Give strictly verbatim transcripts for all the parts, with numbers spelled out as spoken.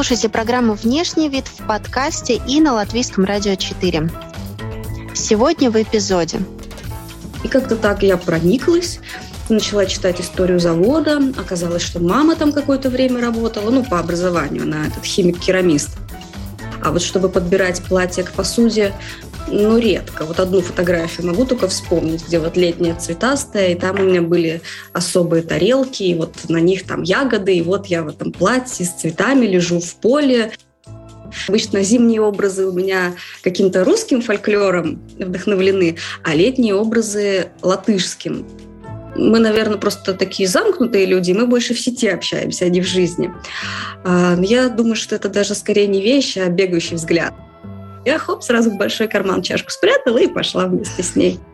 слушаете программу «Внешний вид» в подкасте и на Латвийском радио четыре. Сегодня в эпизоде. И как-то так я прониклась, начала читать историю завода. Оказалось, что мама там какое-то время работала, ну, по образованию, она этот химик-керамист. А вот чтобы подбирать платье к посуде, ну, редко. Вот одну фотографию могу только вспомнить, где вот летняя цветастая, и там у меня были особые тарелки, и вот на них там ягоды, и вот я в этом платье с цветами лежу в поле. Обычно зимние образы у меня каким-то русским фольклором вдохновлены, а летние образы латышским. Мы, наверное, просто такие замкнутые люди, мы больше в сети общаемся, а не в жизни. Я думаю, что это даже скорее не вещь, а бегающий взгляд. Я хоп, сразу в большой карман чашку спрятала и пошла вместе с ней.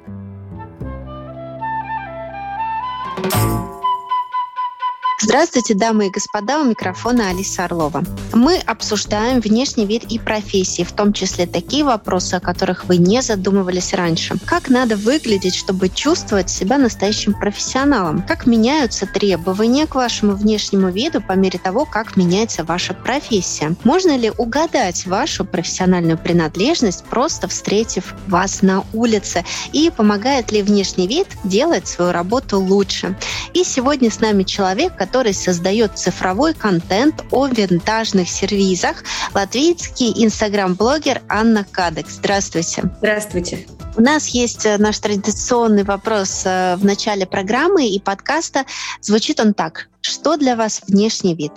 Здравствуйте, дамы и господа, у микрофона Алиса Орлова. Мы обсуждаем внешний вид и профессии, в том числе такие вопросы, о которых вы не задумывались раньше. Как надо выглядеть, чтобы чувствовать себя настоящим профессионалом? Как меняются требования к вашему внешнему виду по мере того, как меняется ваша профессия? Можно ли угадать вашу профессиональную принадлежность, просто встретив вас на улице? И помогает ли внешний вид делать свою работу лучше? И сегодня с нами человек, который который создает цифровой контент о винтажных сервизах, латвийский инстаграм-блогер Анна Кадек. Здравствуйте. Здравствуйте. У нас есть наш традиционный вопрос в начале программы и подкаста. Звучит он так. Что для вас внешний вид?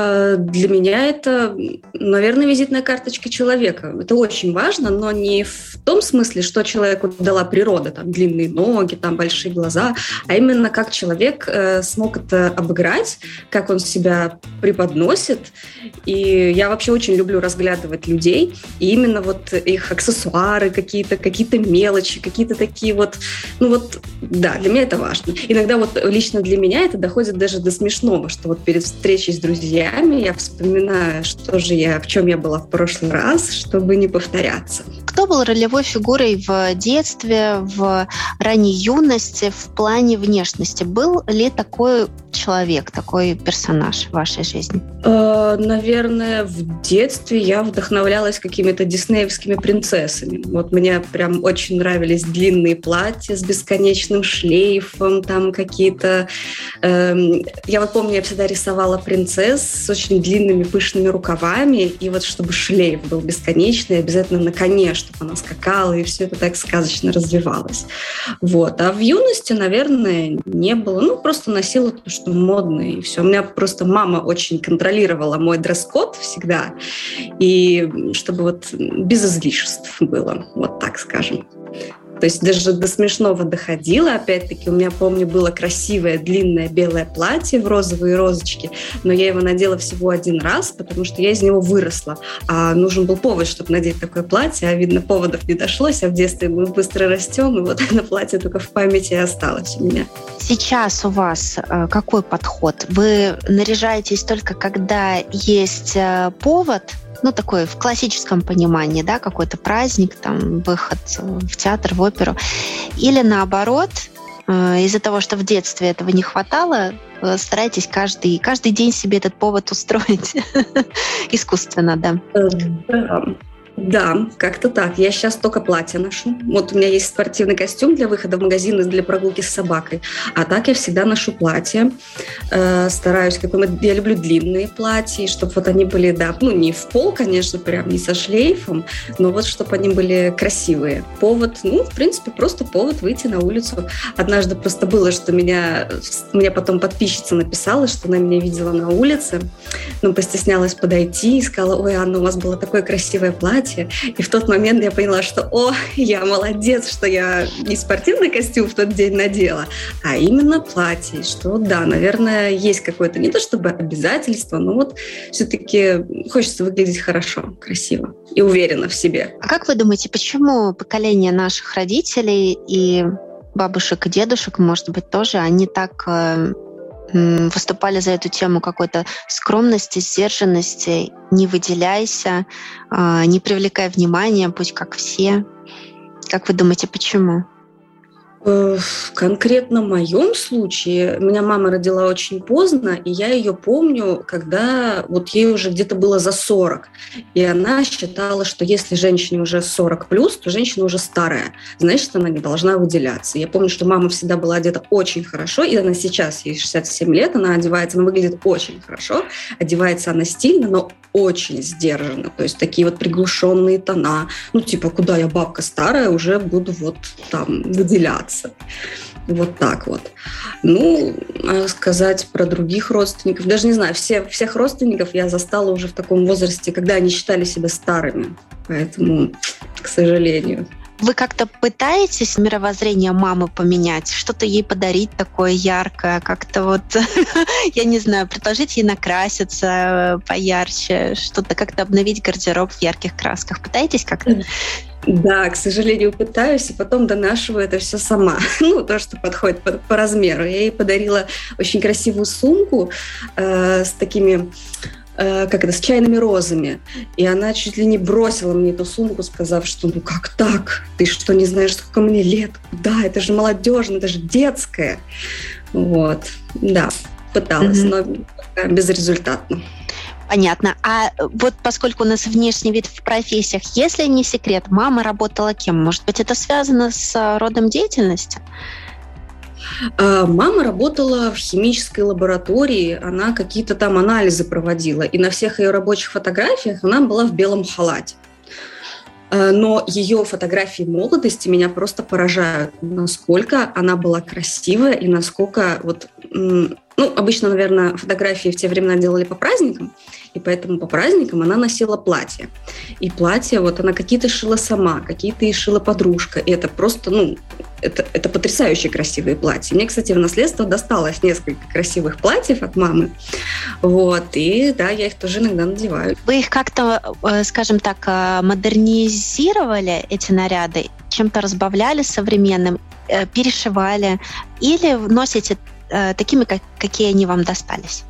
Для меня это, наверное, визитная карточка человека. Это очень важно, но не в том смысле, что человеку дала природа, там длинные ноги, там большие глаза, а именно как человек э, смог это обыграть, как он себя преподносит. И я вообще очень люблю разглядывать людей, и именно вот их аксессуары какие-то, какие-то мелочи, какие-то такие вот, ну вот, да, для меня это важно. Иногда вот лично для меня это доходит даже до смешного, что вот перед встречей с друзьями я вспоминаю, что же я, в чем я была в прошлый раз, чтобы не повторяться. Кто был ролевой фигурой в детстве, в ранней юности в плане внешности? Был ли такой человек, такой персонаж в вашей жизни? Э, наверное, в детстве я вдохновлялась какими-то диснеевскими принцессами. Вот мне прям очень нравились длинные платья с бесконечным шлейфом, там какие-то... Э, я вот помню, я всегда рисовала принцесс с очень длинными пышными рукавами, и вот чтобы шлейф был бесконечный, обязательно на коне, чтобы она скакала, и все это так сказочно развивалось. Вот. А в юности, наверное, не было. Ну, просто носила то, что модно, и все. У меня просто мама очень контролировала мой дресс-код всегда, и чтобы вот без излишеств было, вот так скажем. То есть даже до смешного доходило. Опять-таки, у меня, помню, было красивое длинное белое платье в розовые розочки, но я его надела всего один раз, потому что я из него выросла. А нужен был повод, чтобы надеть такое платье, а, видно, поводов не дошлось, а в детстве мы быстро растем, и вот это платье только в памяти и осталось у меня. Сейчас у вас э, какой подход? Вы наряжаетесь только когда есть э, повод, ну, такой в классическом понимании, да, какой-то праздник, там, выход в театр, в оперу, или наоборот, э, из-за того, что в детстве этого не хватало, э, старайтесь каждый, каждый день себе этот повод устроить искусственно, да? Да. Да, как-то так. Я сейчас только платье ношу. Вот у меня есть спортивный костюм для выхода в магазин и для прогулки с собакой. А так я всегда ношу платье. Э, стараюсь, какой я люблю длинные платья, чтобы вот они были, да, ну не в пол, конечно, прям не со шлейфом, но вот чтобы они были красивые. Повод, ну, в принципе, просто повод выйти на улицу. Однажды просто было, что меня, мне потом подписчица написала, что она меня видела на улице, но постеснялась подойти и сказала: ой, Анна, у вас было такое красивое платье. И в тот момент я поняла, что о, я молодец, что я не спортивный костюм в тот день надела, а именно платье. Что да, наверное, есть какое-то не то чтобы обязательство, но вот все-таки хочется выглядеть хорошо, красиво и уверенно в себе. А как вы думаете, почему поколение наших родителей и бабушек и дедушек, может быть, тоже, они так выступали за эту тему какой-то скромности, сдержанности, не выделяйся, не привлекай внимания, будь как все? Как вы думаете, почему? Конкретно в моем случае, меня мама родила очень поздно, и я ее помню, когда вот ей уже где-то было за сорок. И она считала, что если женщине уже сорок плюс, то женщина уже старая, значит, она не должна выделяться. Я помню, что мама всегда была одета очень хорошо, и она сейчас, ей шестьдесят семь лет, она одевается, она выглядит очень хорошо, одевается она стильно, но очень сдержанно, то есть такие вот приглушенные тона, ну типа, куда я бабка старая, уже буду вот там выделяться. Вот так вот. Ну, а сказать про других родственников, даже не знаю, все, всех родственников я застала уже в таком возрасте, когда они считали себя старыми, поэтому, к сожалению. Вы как-то пытаетесь мировоззрение мамы поменять, что-то ей подарить такое яркое, как-то вот, я не знаю, предложить ей накраситься поярче, что-то как-то обновить гардероб в ярких красках. Пытаетесь как-то? Да, к сожалению, пытаюсь, и потом донашиваю это все сама. Ну, то, что подходит по, по размеру. Я ей подарила очень красивую сумку э, с такими... как это, с чайными розами. И она чуть ли не бросила мне эту сумку, сказав, что ну как так? Ты что, не знаешь, сколько мне лет? Да, это же молодежно, это же детское. Вот. Да, пыталась, mm-hmm. но безрезультатно. Понятно. А вот поскольку у нас внешний вид в профессиях, если не секрет, мама работала кем? Может быть, это связано с родом деятельности? Мама работала в химической лаборатории, она какие-то там анализы проводила, и на всех ее рабочих фотографиях она была в белом халате. Но ее фотографии молодости меня просто поражают, насколько она была красивая и насколько вот... Ну, обычно, наверное, фотографии в те времена делали по праздникам, и поэтому по праздникам она носила платье. И платье, вот она какие-то шила сама, какие-то и шила подружка. И это просто, ну, это, это потрясающе красивые платья. Мне, кстати, в наследство досталось несколько красивых платьев от мамы. Вот, и да, я их тоже иногда надеваю. Вы их как-то, скажем так, модернизировали, эти наряды, чем-то разбавляли современным, перешивали, или носите такими, как, какие они вам достались?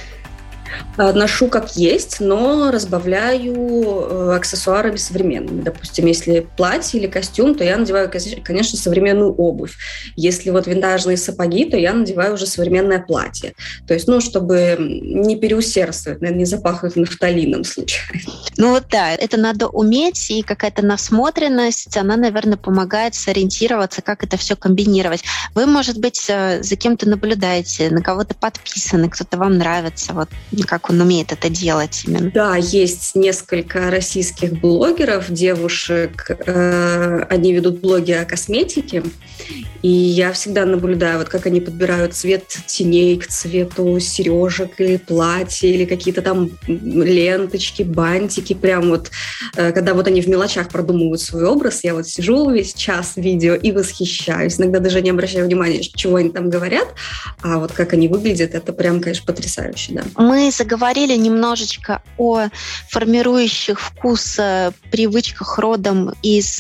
Ношу как есть, но разбавляю аксессуарами современными. Допустим, если платье или костюм, то я надеваю, конечно, современную обувь. Если вот винтажные сапоги, то я надеваю уже современное платье. То есть, ну, чтобы не переусердствовать, наверное, не запахнуть нафталином случайно. Ну вот да, это надо уметь, и какая-то насмотренность, она, наверное, помогает сориентироваться, как это все комбинировать. Вы, может быть, за кем-то наблюдаете, на кого-то подписаны, кто-то вам нравится, вот как он умеет это делать именно. Да, есть несколько российских блогеров, девушек, э, они ведут блоги о косметике, и я всегда наблюдаю, вот как они подбирают цвет теней к цвету сережек или платья, или какие-то там ленточки, бантики, прям вот, э, когда вот они в мелочах продумывают свой образ, я вот сижу весь час видео и восхищаюсь, иногда даже не обращаю внимания, чего они там говорят, а вот как они выглядят, это прям, конечно, потрясающе, да. Мы заговорили немножечко о формирующих вкус привычках родом из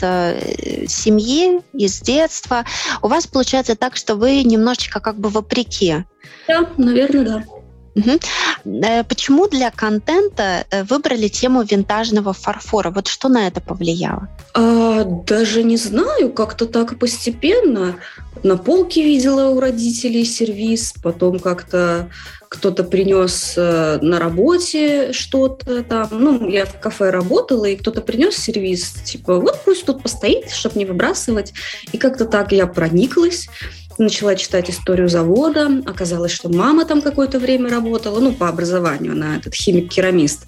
семьи, из детства. У вас получается так, что вы немножечко как бы вопреки. Да, наверное, да. Угу. Почему для контента выбрали тему винтажного фарфора? Вот что на это повлияло? А, даже не знаю, как-то так постепенно. На полке видела у родителей сервиз, потом как-то кто-то принес на работе что-то там. Ну, я в кафе работала, и кто-то принес сервиз. Типа, вот пусть тут постоит, чтобы не выбрасывать. И как-то так я прониклась. Начала читать историю завода. Оказалось, что мама там какое-то время работала, ну, по образованию, она этот химик-керамист.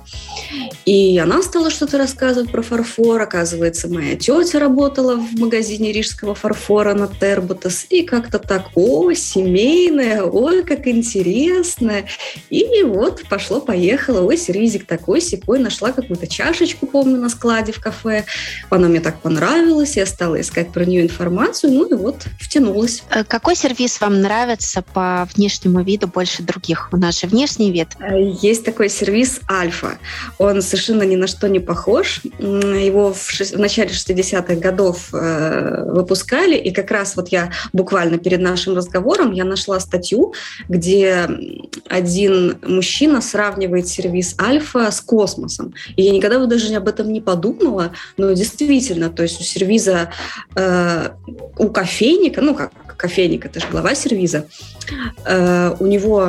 И она стала что-то рассказывать про фарфор. Оказывается, моя тетя работала в магазине рижского фарфора на Терботас. И как-то так, о, семейное, ой, как интересно. И вот пошло-поехало, ой, сервизик такой-сякой. Нашла какую-то чашечку, помню, на складе в кафе. Она мне так понравилась, я стала искать про нее информацию, ну и вот втянулась. Какой сервис вам нравится по внешнему виду больше других? У нас же внешний вид. Есть такой сервис «Альфа». Он совершенно ни на что не похож. Его в, шесть... в начале шестидесятых годов э, выпускали, и как раз вот я буквально перед нашим разговором я нашла статью, где один мужчина сравнивает сервис «Альфа» с космосом. И я никогда бы даже об этом не подумала, но действительно, то есть у сервиза, э, у кофейника, ну как кофейник, это же глава сервиза, э, у него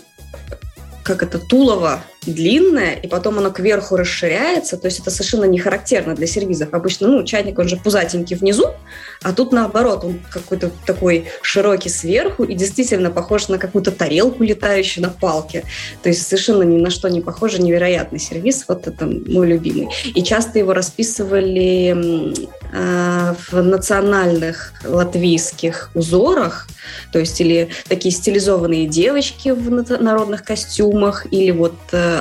как это, тулово длинное, и потом оно кверху расширяется, то есть это совершенно не характерно для сервизов. Обычно, ну, чайник, он же пузатенький внизу, а тут наоборот, он какой-то такой широкий сверху и действительно похож на какую-то тарелку, летающую на палке. То есть совершенно ни на что не похоже, невероятный сервис, вот это мой любимый. И часто его расписывали э, в национальных латвийских узорах, то есть или такие стилизованные девочки в народных костюмах, или вот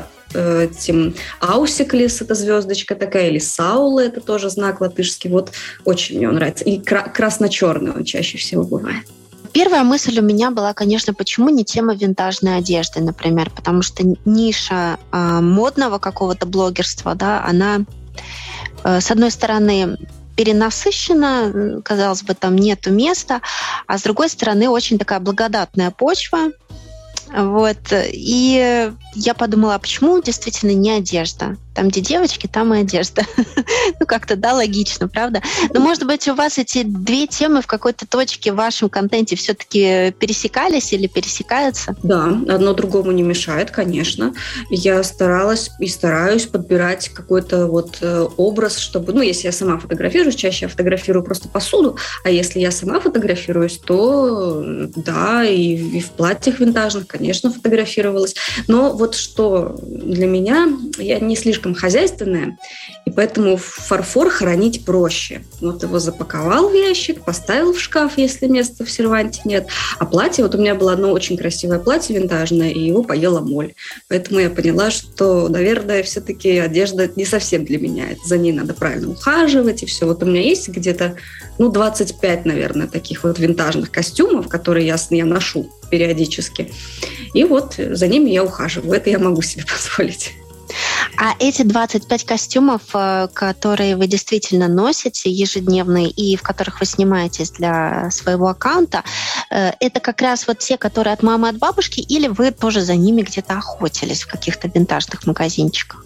этим Аусиклис, это звездочка такая, или Саула, это тоже знак латышский. Вот очень мне он нравится. И кра- красно-черный он чаще всего бывает. Первая мысль у меня была, конечно, почему не тема винтажной одежды, например, потому что ниша э, модного какого-то блогерства, да, она, э, с одной стороны, перенасыщена, казалось бы, там нету места, а с другой стороны, очень такая благодатная почва. Вот. И я подумала, а почему действительно не одежда? Там, где девочки, там и одежда. Ну, как-то, да, логично, правда? Но, может быть, у вас эти две темы в какой-то точке в вашем контенте все-таки пересекались или пересекаются? Да, одно другому не мешает, конечно. Я старалась и стараюсь подбирать какой-то вот образ, чтобы... Ну, если я сама фотографируюсь, чаще я фотографирую просто посуду, а если я сама фотографируюсь, то да, и, и в платьях винтажных, конечно, фотографировалась. Но вот что для меня, я не слишком хозяйственная, и поэтому фарфор хранить проще. Вот его запаковал в ящик, поставил в шкаф, если места в серванте нет. А платье, вот у меня было одно очень красивое платье винтажное, и его поела моль. Поэтому я поняла, что, наверное, все-таки одежда не совсем для меня. За ней надо правильно ухаживать, и все. Вот у меня есть где-то, ну, двадцать пять, наверное, таких вот винтажных костюмов, которые я, я ношу периодически. И вот за ними я ухаживаю. Это я могу себе позволить. А эти двадцать пять костюмов, которые вы действительно носите ежедневно и в которых вы снимаетесь для своего аккаунта, это как раз вот те, которые от мамы, от бабушки, или вы тоже за ними где-то охотились в каких-то винтажных магазинчиках?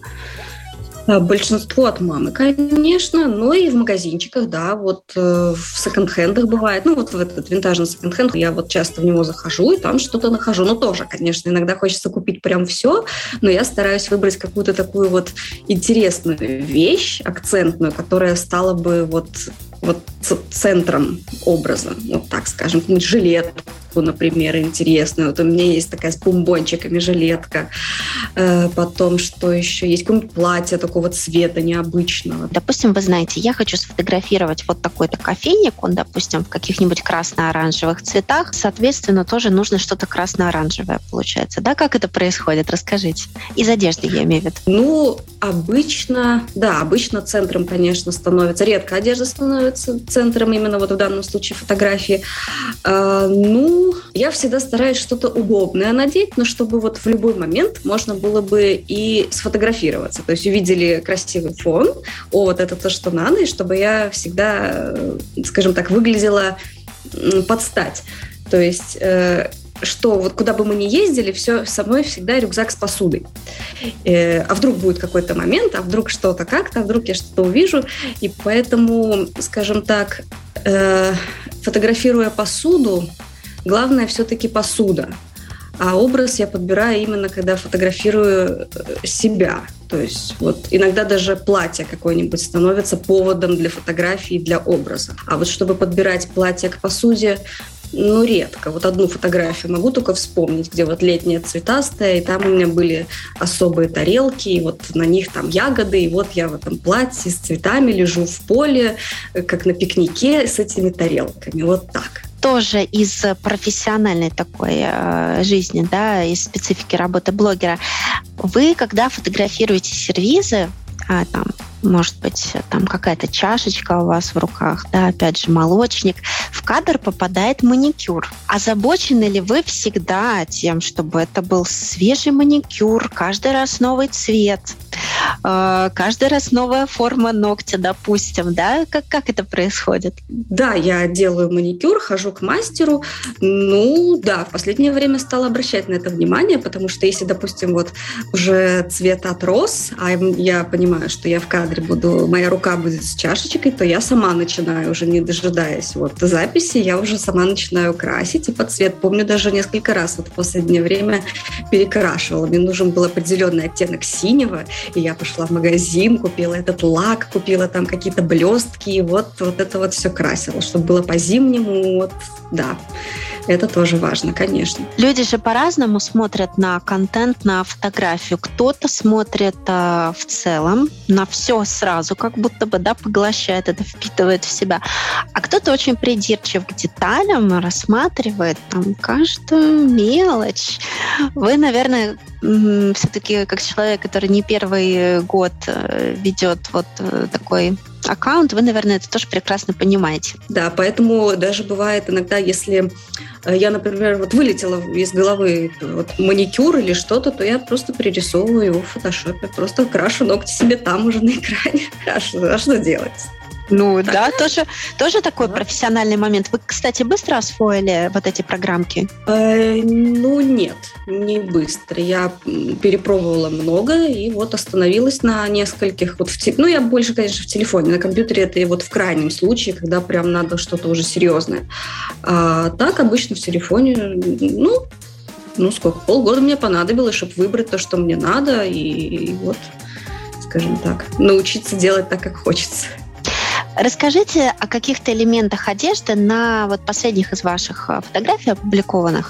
Большинство от мамы, конечно, но и в магазинчиках, да, вот э, в секонд-хендах бывает. Ну, вот в этот винтажный секонд-хенд я вот часто в него захожу и там что-то нахожу. Ну, тоже, конечно, иногда хочется купить прям все, но я стараюсь выбрать какую-то такую вот интересную вещь, акцентную, которая стала бы вот, вот центром образа, вот так скажем, какую-нибудь жилетку, например, интересную. Вот у меня есть такая с бомбончиками жилетка. Э, потом, что еще? Есть какое-нибудь платье такого цвета необычного. Допустим, вы знаете, я хочу сфотографировать вот такой-то кофейник, он, допустим, в каких-нибудь красно-оранжевых цветах. Соответственно, тоже нужно что-то красно-оранжевое получается. Да, как это происходит? Расскажите. Из одежды я имею в виду. Ну, обычно, да, обычно центром, конечно, становится, редко одежда становится центром, именно вот в данном случае фотографии. Э, ну, я всегда стараюсь что-то удобное надеть, но чтобы вот в любой момент можно было бы и сфотографироваться. То есть увидели красивый фон, о, вот это то, что надо, и чтобы я всегда, скажем так, выглядела под стать. То есть что вот куда бы мы ни ездили, все со мной всегда рюкзак с посудой. А вдруг будет какой-то момент, а вдруг что-то как-то, а вдруг я что-то увижу. И поэтому, скажем так, фотографируя посуду, главное все-таки посуда. А образ я подбираю именно, когда фотографирую себя. То есть вот иногда даже платье какое-нибудь становится поводом для фотографии, для образа. А вот чтобы подбирать платье к посуде, ну, редко. Вот одну фотографию могу только вспомнить, где вот летняя цветастая, и там у меня были особые тарелки, и вот на них там ягоды, и вот я в этом платье с цветами лежу в поле, как на пикнике с этими тарелками. Вот так. Тоже из профессиональной такой э, жизни, да, из специфики работы блогера. Вы, когда фотографируете сервизы, а, там, может быть, там какая-то чашечка у вас в руках, да, опять же, молочник, в кадр попадает маникюр. Озабочены ли вы всегда тем, чтобы это был свежий маникюр, каждый раз новый цвет, э, каждый раз новая форма ногтя, допустим, да? Как, как это происходит? Да, я делаю маникюр, хожу к мастеру. Ну, да, в последнее время стала обращать на это внимание, потому что если, допустим, вот уже цвет отрос, а я понимаю, что я в кадре буду, моя рука будет с чашечкой, то я сама начинаю, уже не дожидаясь вот записи, я уже сама начинаю красить и под цвет. Помню, даже несколько раз вот в последнее время перекрашивала. Мне нужен был определенный оттенок синего, и я пошла в магазин, купила этот лак, купила там какие-то блестки, и вот, вот это вот все красила, чтобы было по-зимнему, вот, да. Это тоже важно, конечно. Люди же по-разному смотрят на контент, на фотографию. Кто-то смотрит э, в целом на все сразу, как будто бы, да, поглощает это, впитывает в себя. А кто-то очень придирчив к деталям, рассматривает там каждую мелочь. Вы, наверное, все-таки как человек, который не первый год ведет вот такой аккаунт, вы, наверное, это тоже прекрасно понимаете. Да, поэтому даже бывает иногда, если я, например, вот вылетела из головы вот маникюр или что-то, то я просто пририсовываю его в фотошопе, просто крашу ногти себе там уже на экране. А что, а что делать? Ну так. Да, тоже, тоже такой да. профессиональный момент. Вы, кстати, быстро освоили вот эти программки? Э, ну нет, не быстро. Я перепробовала много и вот остановилась на нескольких. Вот в те... Ну я больше, конечно, в телефоне. На компьютере это и вот в крайнем случае, когда прям надо что-то уже серьезное. А так обычно в телефоне, ну, ну сколько, полгода мне понадобилось, чтобы выбрать то, что мне надо, и, и вот, скажем так, научиться делать так, как хочется. Расскажите о каких-то элементах одежды на вот последних из ваших фотографий опубликованных.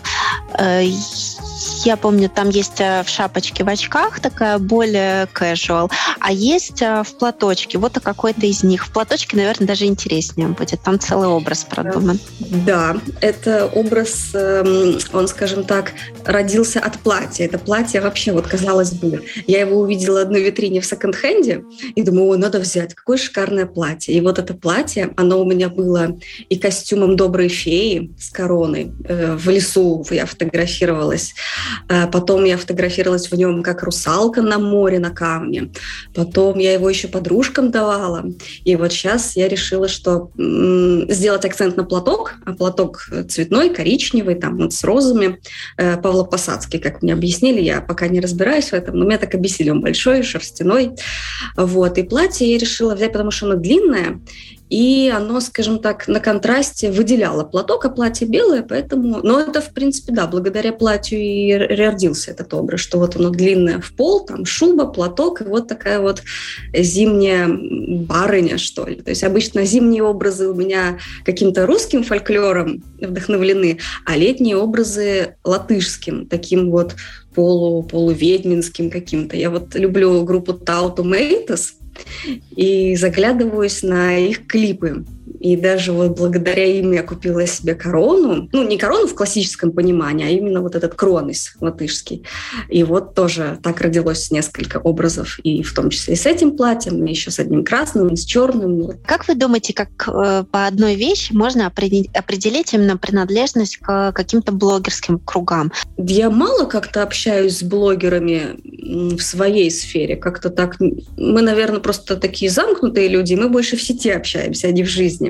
Я помню, там есть в шапочке, в очках такая более casual, а есть в платочке. Вот о какой-то из них. В платочке, наверное, даже интереснее будет. Там целый образ продуман. Да, это образ, он, скажем так, родился от платья. Это платье вообще, вот казалось бы, я его увидела одной в витрине в секонд-хенде и думаю, о, надо взять, какое шикарное платье. И вот это платье, оно у меня было и костюмом доброй феи с короной. В лесу я фотографировалась. Потом я фотографировалась в нем как русалка на море, на камне. Потом я его еще подружкам давала. И вот сейчас я решила, что м- сделать акцент на платок, а платок цветной, коричневый, там вот с розами, э, Павло-Посадский, как мне объяснили, я пока не разбираюсь в этом, но меня так объяснили, он большой, шерстяной. Вот. И платье я решила взять, потому что оно длинное, и оно, скажем так, на контрасте выделяло платок, а платье белое, поэтому... Но это, в принципе, да, благодаря платью и родился этот образ, что вот оно длинное в пол, там шуба, платок, и вот такая вот зимняя барыня, что ли. То есть обычно зимние образы у меня каким-то русским фольклором вдохновлены, а летние образы латышским, таким вот полу, полуведьминским каким-то. Я вот люблю группу Tautu Meitas, и заглядываюсь на их клипы. И даже вот благодаря им я купила себе корону. Ну, не корону в классическом понимании, а именно вот этот кронис латышский. И вот тоже так родилось несколько образов. И в том числе и с этим платьем, и еще с одним красным, и с черным. Как вы думаете, как э, по одной вещи можно определить, определить именно принадлежность к каким-то блогерским кругам? Я мало как-то общаюсь с блогерами в своей сфере. Как-то так... Мы, наверное, просто такие замкнутые люди, мы больше в сети общаемся, а не в жизни.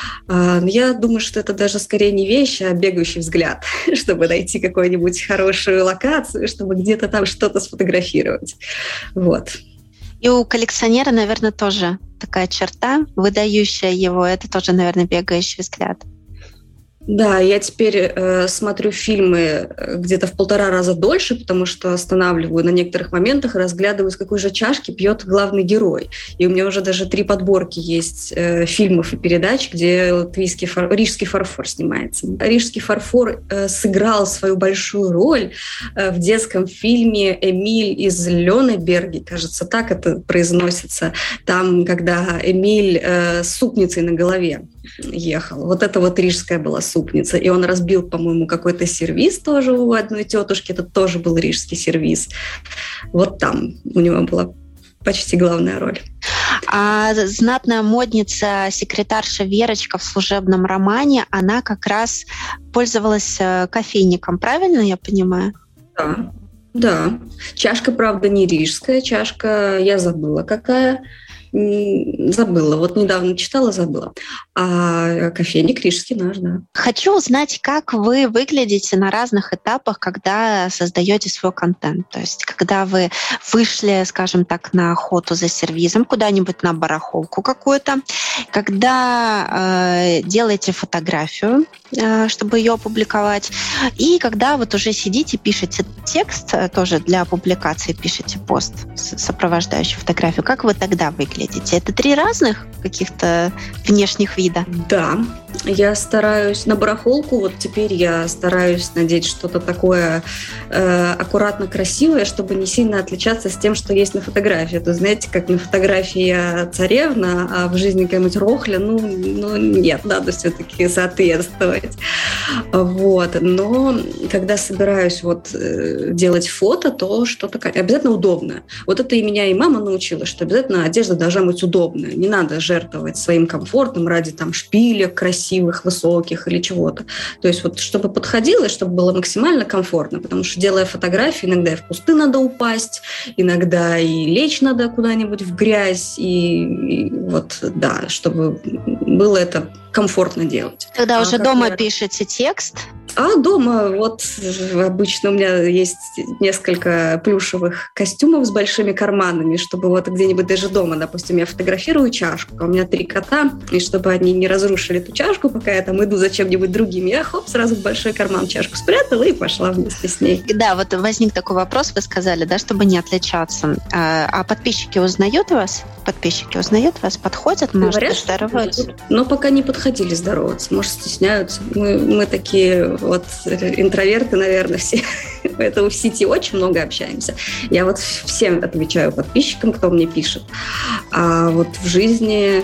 Я думаю, что это даже скорее не вещь, а бегающий взгляд, чтобы найти какую-нибудь хорошую локацию, чтобы где-то там что-то сфотографировать. Вот. И у коллекционера, наверное, тоже такая черта, выдающая его, это тоже, наверное, бегающий взгляд. Да, я теперь э, смотрю фильмы где-то в полтора раза дольше, потому что останавливаю на некоторых моментах и разглядываю, из какой же чашки пьет главный герой. И у меня уже даже три подборки есть э, фильмов и передач, где латвийский фар... рижский фарфор снимается. Рижский фарфор э, сыграл свою большую роль э, в детском фильме «Эмиль из Лёнеберги», кажется, так это произносится, там, когда Эмиль э, с супницей на голове ехал. Вот это вот рижская была супница. И он разбил, по-моему, какой-то сервиз тоже у одной тетушки. Это тоже был рижский сервиз. Вот там у него была почти главная роль. А знатная модница, секретарша Верочка в «Служебном романе», она как раз пользовалась кофейником, правильно я понимаю? Да, да. Чашка, правда, не рижская, чашка, я забыла какая. Забыла. Вот недавно читала, забыла. А кофейник рижский наш, да. Хочу узнать, как вы выглядите на разных этапах, когда создаете свой контент. То есть, когда вы вышли, скажем так, на охоту за сервизом, куда-нибудь на барахолку какую-то, когда э, делаете фотографию, э, чтобы ее опубликовать, и когда вот уже сидите, пишете текст, э, тоже для публикации пишете пост, сопровождающий фотографию. Как вы тогда выглядите? Это три разных каких-то внешних вида? Да, я стараюсь на барахолку, вот теперь я стараюсь надеть что-то такое э, аккуратно красивое, чтобы не сильно отличаться с тем, что есть на фотографии. То знаете, как на фотографии я царевна, а в жизни какая-нибудь рохля, ну, ну нет, надо все-таки соответствовать. Вот. Но когда собираюсь вот э, делать фото, то что-то обязательно удобное. Вот это и меня и мама научила, что обязательно одежда должна быть удобная. Не надо жертвовать своим комфортом ради там шпилек красивых, высоких или чего-то. То есть вот чтобы подходило и чтобы было максимально комфортно, потому что, делая фотографии, иногда и в кусты надо упасть, иногда и лечь надо куда-нибудь в грязь, и, и вот, да, чтобы было это комфортно делать. Когда а уже дома я... пишете текст? А дома вот обычно у меня есть несколько плюшевых костюмов с большими карманами, чтобы вот где-нибудь даже дома, допустим, я фотографирую чашку, а у меня три кота, и чтобы они не разрушили эту чашку, пока я там иду за чем-нибудь другим, я хоп, сразу в большой карман чашку спрятала и пошла вместе с ней. Да, вот возник такой вопрос, вы сказали, да, чтобы не отличаться. А, а подписчики узнают вас? Подписчики узнают вас? Подходят, может, Говорят, здороваются? Но пока не подходили здороваться, может, стесняются. Мы, мы такие вот интроверты, наверное, все. Поэтому в сети очень много общаемся. Я вот всем отвечаю подписчикам, кто мне пишет. А вот в жизни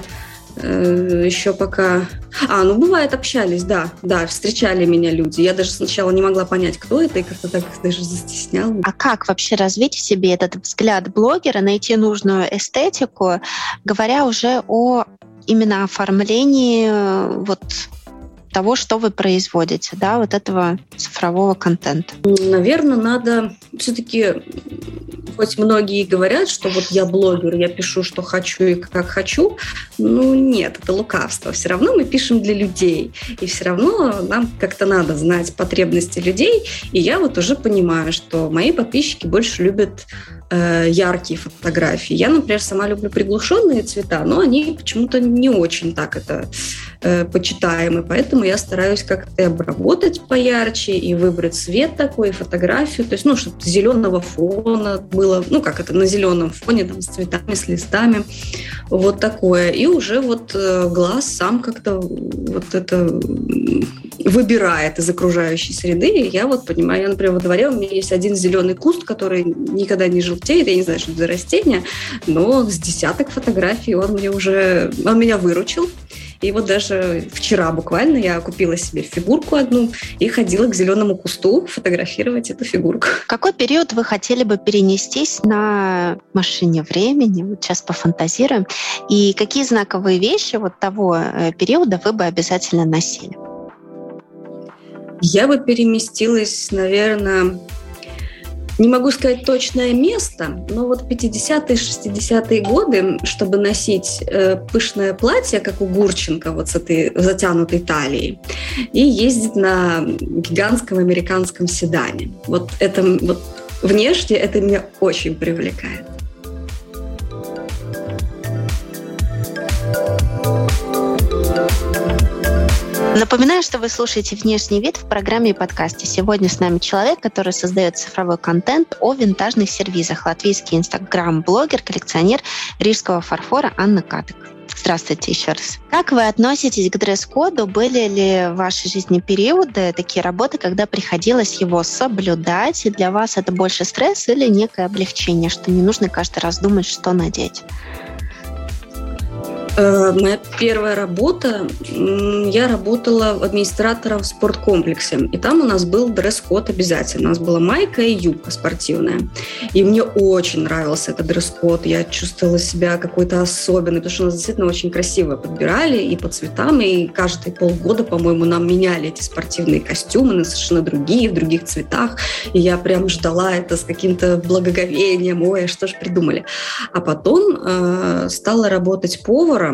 э, еще пока... А, ну, бывает, общались, да. Да, встречали меня люди. Я даже сначала не могла понять, кто это, и как-то так даже застесняла. А как вообще развить в себе этот взгляд блогера, найти нужную эстетику, говоря уже о именно оформлении вот того, что вы производите, да, вот этого цифрового контента? Наверное, надо все-таки, хоть многие говорят, что вот я блогер, я пишу, что хочу и как хочу, ну нет, это лукавство. Все равно мы пишем для людей, и все равно нам как-то надо знать потребности людей, и я вот уже понимаю, что мои подписчики больше любят э, яркие фотографии. Я, например, сама люблю приглушенные цвета, но они почему-то не очень так это э, почитаемы, поэтому я стараюсь как-то обработать поярче и выбрать цвет такой, фотографию, то есть, ну, чтобы зеленого фона было, ну, как это, на зеленом фоне, там, с цветами, с листами, вот такое. И уже вот э, глаз сам как-то вот это выбирает из окружающей среды, и я вот понимаю, я, например, во дворе у меня есть один зеленый куст, который никогда не желтеет, я не знаю, что это за растение, но с десяток фотографий он мне уже, он меня выручил. И вот даже вчера буквально я купила себе фигурку одну и ходила к зеленому кусту фотографировать эту фигурку. В какой период вы хотели бы перенестись на машине времени? Вот сейчас пофантазируем. И какие знаковые вещи вот того периода вы бы обязательно носили? Я бы переместилась, наверное... Не могу сказать точное место, но вот пятидесятые, шестидесятые годы, чтобы носить э, пышное платье, как у Гурченко, вот с этой затянутой талией, и ездить на гигантском американском седане. Вот это вот внешне это меня очень привлекает. Напоминаю, что вы слушаете «Внешний вид» в программе и подкасте. Сегодня с нами человек, который создает цифровой контент о винтажных сервизах. Латвийский инстаграм-блогер, коллекционер рижского фарфора Анна Катек. Здравствуйте еще раз. Как вы относитесь к дресс-коду? Были ли в вашей жизни периоды, такие работы, когда приходилось его соблюдать? И для вас это больше стресс или некое облегчение, что не нужно каждый раз думать, что надеть? Моя первая работа, я работала администратором в спорткомплексе, и там у нас был дресс-код обязательно. У нас была майка и юбка спортивная. И мне очень нравился этот дресс-код. Я чувствовала себя какой-то особенной, потому что нас действительно очень красиво подбирали и по цветам, и каждые полгода, по-моему, нам меняли эти спортивные костюмы на совершенно другие, в других цветах. И я прям ждала это с каким-то благоговением. Ой, что ж придумали. А потом э, стала работать поваром.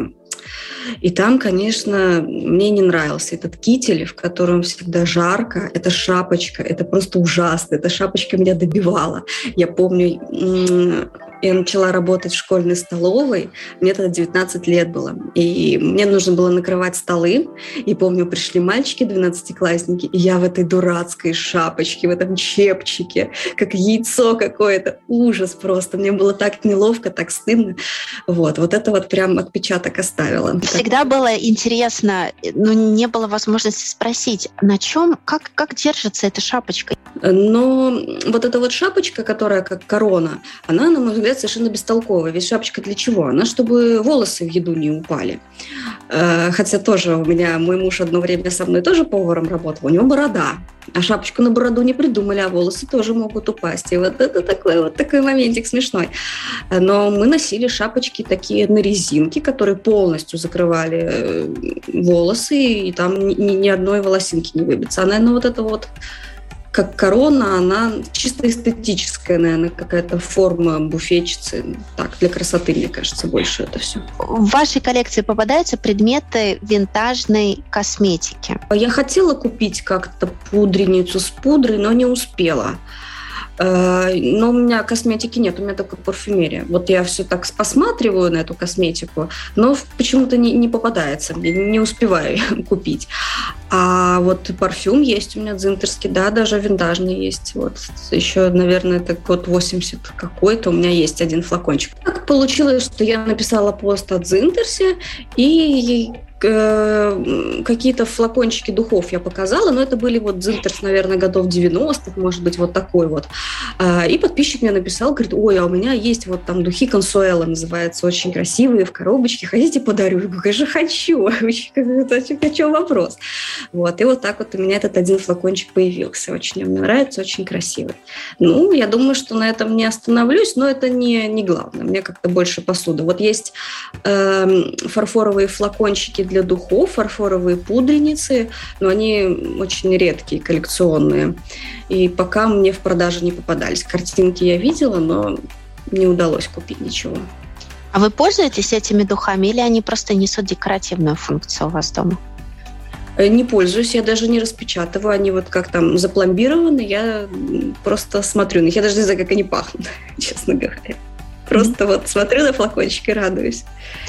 И там, конечно, мне не нравился этот китель, в котором всегда жарко. Эта шапочка, это просто ужасно. Эта шапочка меня добивала. Я помню, я начала работать в школьной столовой, мне тогда девятнадцать лет было, и мне нужно было накрывать столы, и помню, пришли мальчики, двенадцатиклассники, и я в этой дурацкой шапочке, в этом чепчике, как яйцо какое-то, ужас просто, мне было так неловко, так стыдно, вот, вот это вот прям отпечаток оставило. Всегда было интересно, но не было возможности спросить, на чем, как, как держится эта шапочка? Но вот эта вот шапочка, которая как корона, она, на мой взгляд, совершенно бестолковая. Ведь шапочка для чего? Она, чтобы волосы в еду не упали. Хотя тоже у меня, мой муж одно время со мной тоже поваром работал, у него борода. А шапочку на бороду не придумали, а волосы тоже могут упасть. И вот это такой вот такой моментик смешной. Но мы носили шапочки такие на резинке, которые полностью закрывали волосы, и там ни, ни одной волосинки не выбиться. А, наверное, вот это вот как корона, она чисто эстетическая, наверное, какая-то форма буфетчицы. Так, для красоты, мне кажется, больше это все. В вашей коллекции попадаются предметы винтажной косметики? Я хотела купить как-то пудреницу с пудрой, но не успела. Но у меня косметики нет, у меня только парфюмерия. Вот я все так посматриваю на эту косметику, но почему-то не, не попадается, не успеваю купить. А вот парфюм есть у меня дзинтерский, да, даже винтажный есть. Вот еще, наверное, это год восемьдесят какой-то, у меня есть один флакончик. Так получилось, что я написала пост о дзинтерсе, и какие-то флакончики духов я показала, но это были вот дзинтерс, наверное, годов девяностых, может быть, вот такой вот. И подписчик мне написал, говорит, ой, а у меня есть вот там духи Консуэла, называются, очень красивые, в коробочке, хотите, подарю? Я говорю, конечно, хочу, о чем вопрос? Вот, и вот так вот у меня этот один флакончик появился, очень мне нравится, очень красивый. Ну, я думаю, что на этом не остановлюсь, но это не, не главное, мне как-то больше посуда. Вот есть э, фарфоровые флакончики для духов, фарфоровые пудреницы, но они очень редкие, коллекционные. И пока мне в продаже не попадались. Картинки я видела, но не удалось купить ничего. А вы пользуетесь этими духами или они просто несут декоративную функцию у вас дома? Не пользуюсь, я даже не распечатываю. Они вот как там запломбированы, я просто смотрю на них. Я даже не знаю, как они пахнут, честно говоря. Просто вот смотрю на флакончик и радуюсь.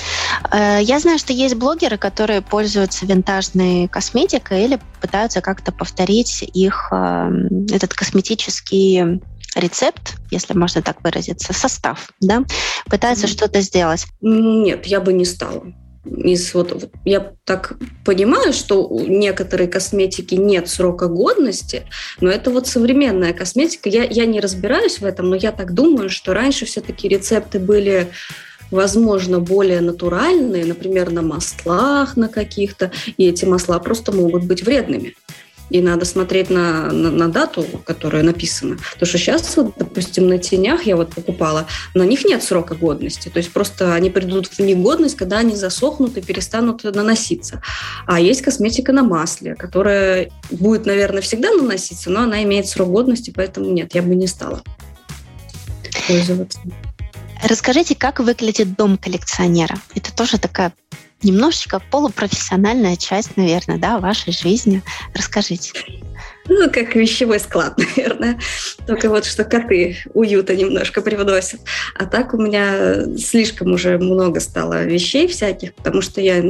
Я знаю, что есть блогеры, которые пользуются винтажной косметикой или пытаются как-то повторить их, этот косметический рецепт, если можно так выразиться, состав, да? Пытаются mm-hmm. что-то сделать. Нет, я бы не стала. Из, вот, вот, я так понимаю, что у некоторой косметики нет срока годности, но это вот современная косметика. Я, я не разбираюсь в этом, но я так думаю, что раньше все-таки рецепты были, возможно, более натуральные, например, на маслах на каких-то, и эти масла просто могут быть вредными. И надо смотреть на, на, на дату, которая написана. Потому что сейчас, вот, допустим, на тенях я вот покупала, на них нет срока годности. То есть просто они придут в негодность, когда они засохнут и перестанут наноситься. А есть косметика на масле, которая будет, наверное, всегда наноситься, но она имеет срок годности, поэтому нет, я бы не стала пользоваться. Расскажите, как выглядит дом коллекционера? Это тоже такая немножечко полупрофессиональная часть, наверное, да, вашей жизни. Расскажите. Ну, как вещевой склад, наверное. Только вот что коты уюта немножко привносят. А так у меня слишком уже много стало вещей всяких, потому что я, ну,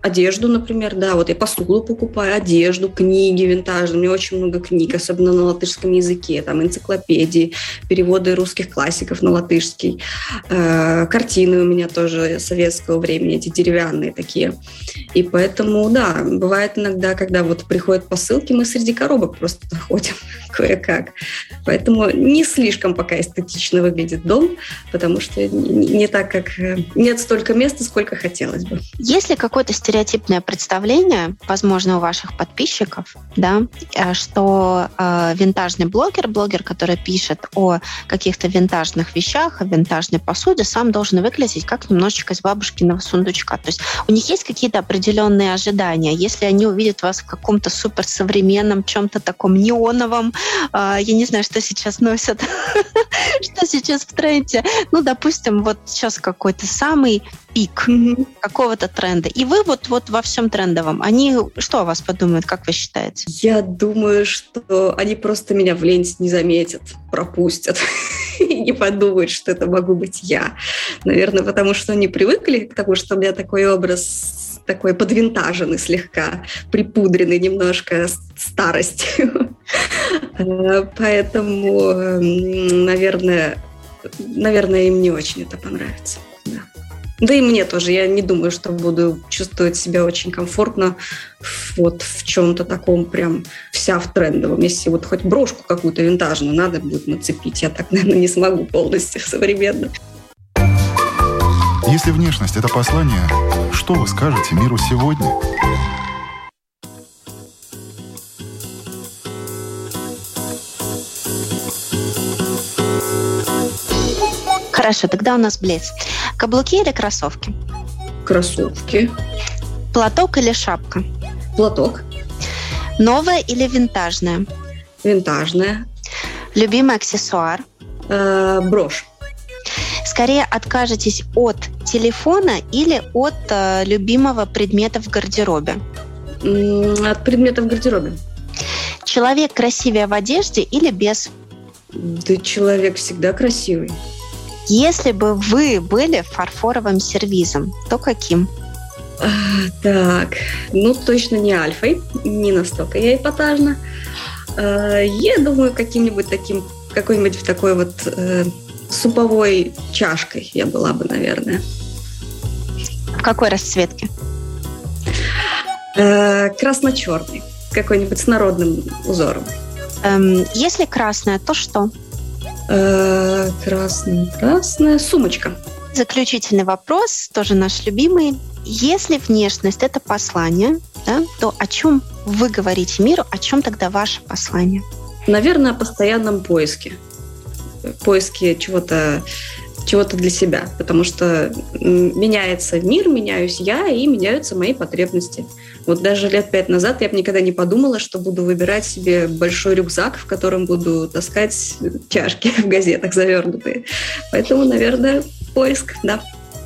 Одежду, например, да, вот я посуду покупаю, одежду, книги винтажные, у меня очень много книг, особенно на латышском языке, там энциклопедии, переводы русских классиков на латышский, э, картины у меня тоже советского времени, эти деревянные такие, и поэтому, да, бывает иногда, когда вот приходят посылки, мы среди коробок просто ходим кое-как, поэтому не слишком пока эстетично выглядит дом, потому что не, не так, как нет столько места, сколько хотелось бы. Есть ли какое-то стереотипное представление, возможно, у ваших подписчиков, да, что э, винтажный блогер, блогер, который пишет о каких-то винтажных вещах, о винтажной посуде, сам должен выглядеть как немножечко из бабушкиного сундучка. То есть у них есть какие-то определенные ожидания. Если они увидят вас в каком-то суперсовременном, чем-то таком неоновом, э, я не знаю, что сейчас носят, что сейчас в тренде. Ну, допустим, вот сейчас какой-то самый пик mm-hmm. какого-то тренда. И вы вот, вот во всем трендовом. Они что о вас подумают, как вы считаете? Я думаю, что они просто меня в ленте не заметят, пропустят и не подумают, что это могу быть я. Наверное, потому что они привыкли к тому, что у меня такой образ такой подвинтаженный слегка, припудренный немножко старостью. Поэтому, наверное, наверное, им не очень это понравится. Да. Да и мне тоже. Я не думаю, что буду чувствовать себя очень комфортно вот в чем-то таком прям вся в трендовом. Если вот хоть брошку какую-то винтажную надо будет нацепить, я так, наверное, не смогу полностью современно. Если внешность – это послание, что вы скажете миру сегодня? Хорошо, тогда у нас блиц. Каблуки или кроссовки? Кроссовки. Платок или шапка? Платок. Новая или винтажная? Винтажная. Любимый аксессуар? Э, брошь. Скорее откажетесь от телефона или от э, любимого предмета в гардеробе? От предмета в гардеробе. Человек красивее в одежде или без? Да человек всегда красивый. Если бы вы были фарфоровым сервизом, то каким? А, так, ну точно не альфой, не настолько я эпатажна. А, я думаю, каким-нибудь таким, какой-нибудь такой вот э, суповой чашкой я была бы, наверное. В какой расцветке? Э, красно-черный, какой-нибудь с народным узором. Эм, если красная, то что? Красная, красная сумочка. Заключительный вопрос, тоже наш любимый. Если внешность – это послание, да, то о чем вы говорите миру, о чем тогда ваше послание? Наверное, о постоянном поиске. Поиске чего-то, чего-то для себя. Потому что меняется мир, меняюсь я, и меняются мои потребности. Вот даже лет пять назад я бы никогда не подумала, что буду выбирать себе большой рюкзак, в котором буду таскать чашки в газетах завернутые. Поэтому, наверное, поиск, да.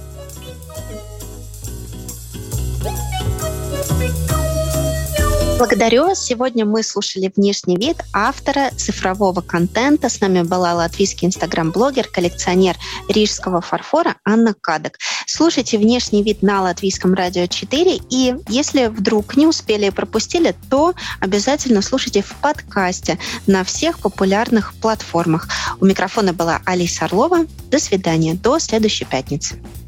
Благодарю вас. Сегодня мы слушали «Внешний вид» автора цифрового контента. С нами была латвийский инстаграм-блогер, коллекционер рижского фарфора Анна Кадок. Слушайте «Внешний вид» на Латвийском радио четыре. И если вдруг не успели и пропустили, то обязательно слушайте в подкасте на всех популярных платформах. У микрофона была Алиса Орлова. До свидания. До следующей пятницы.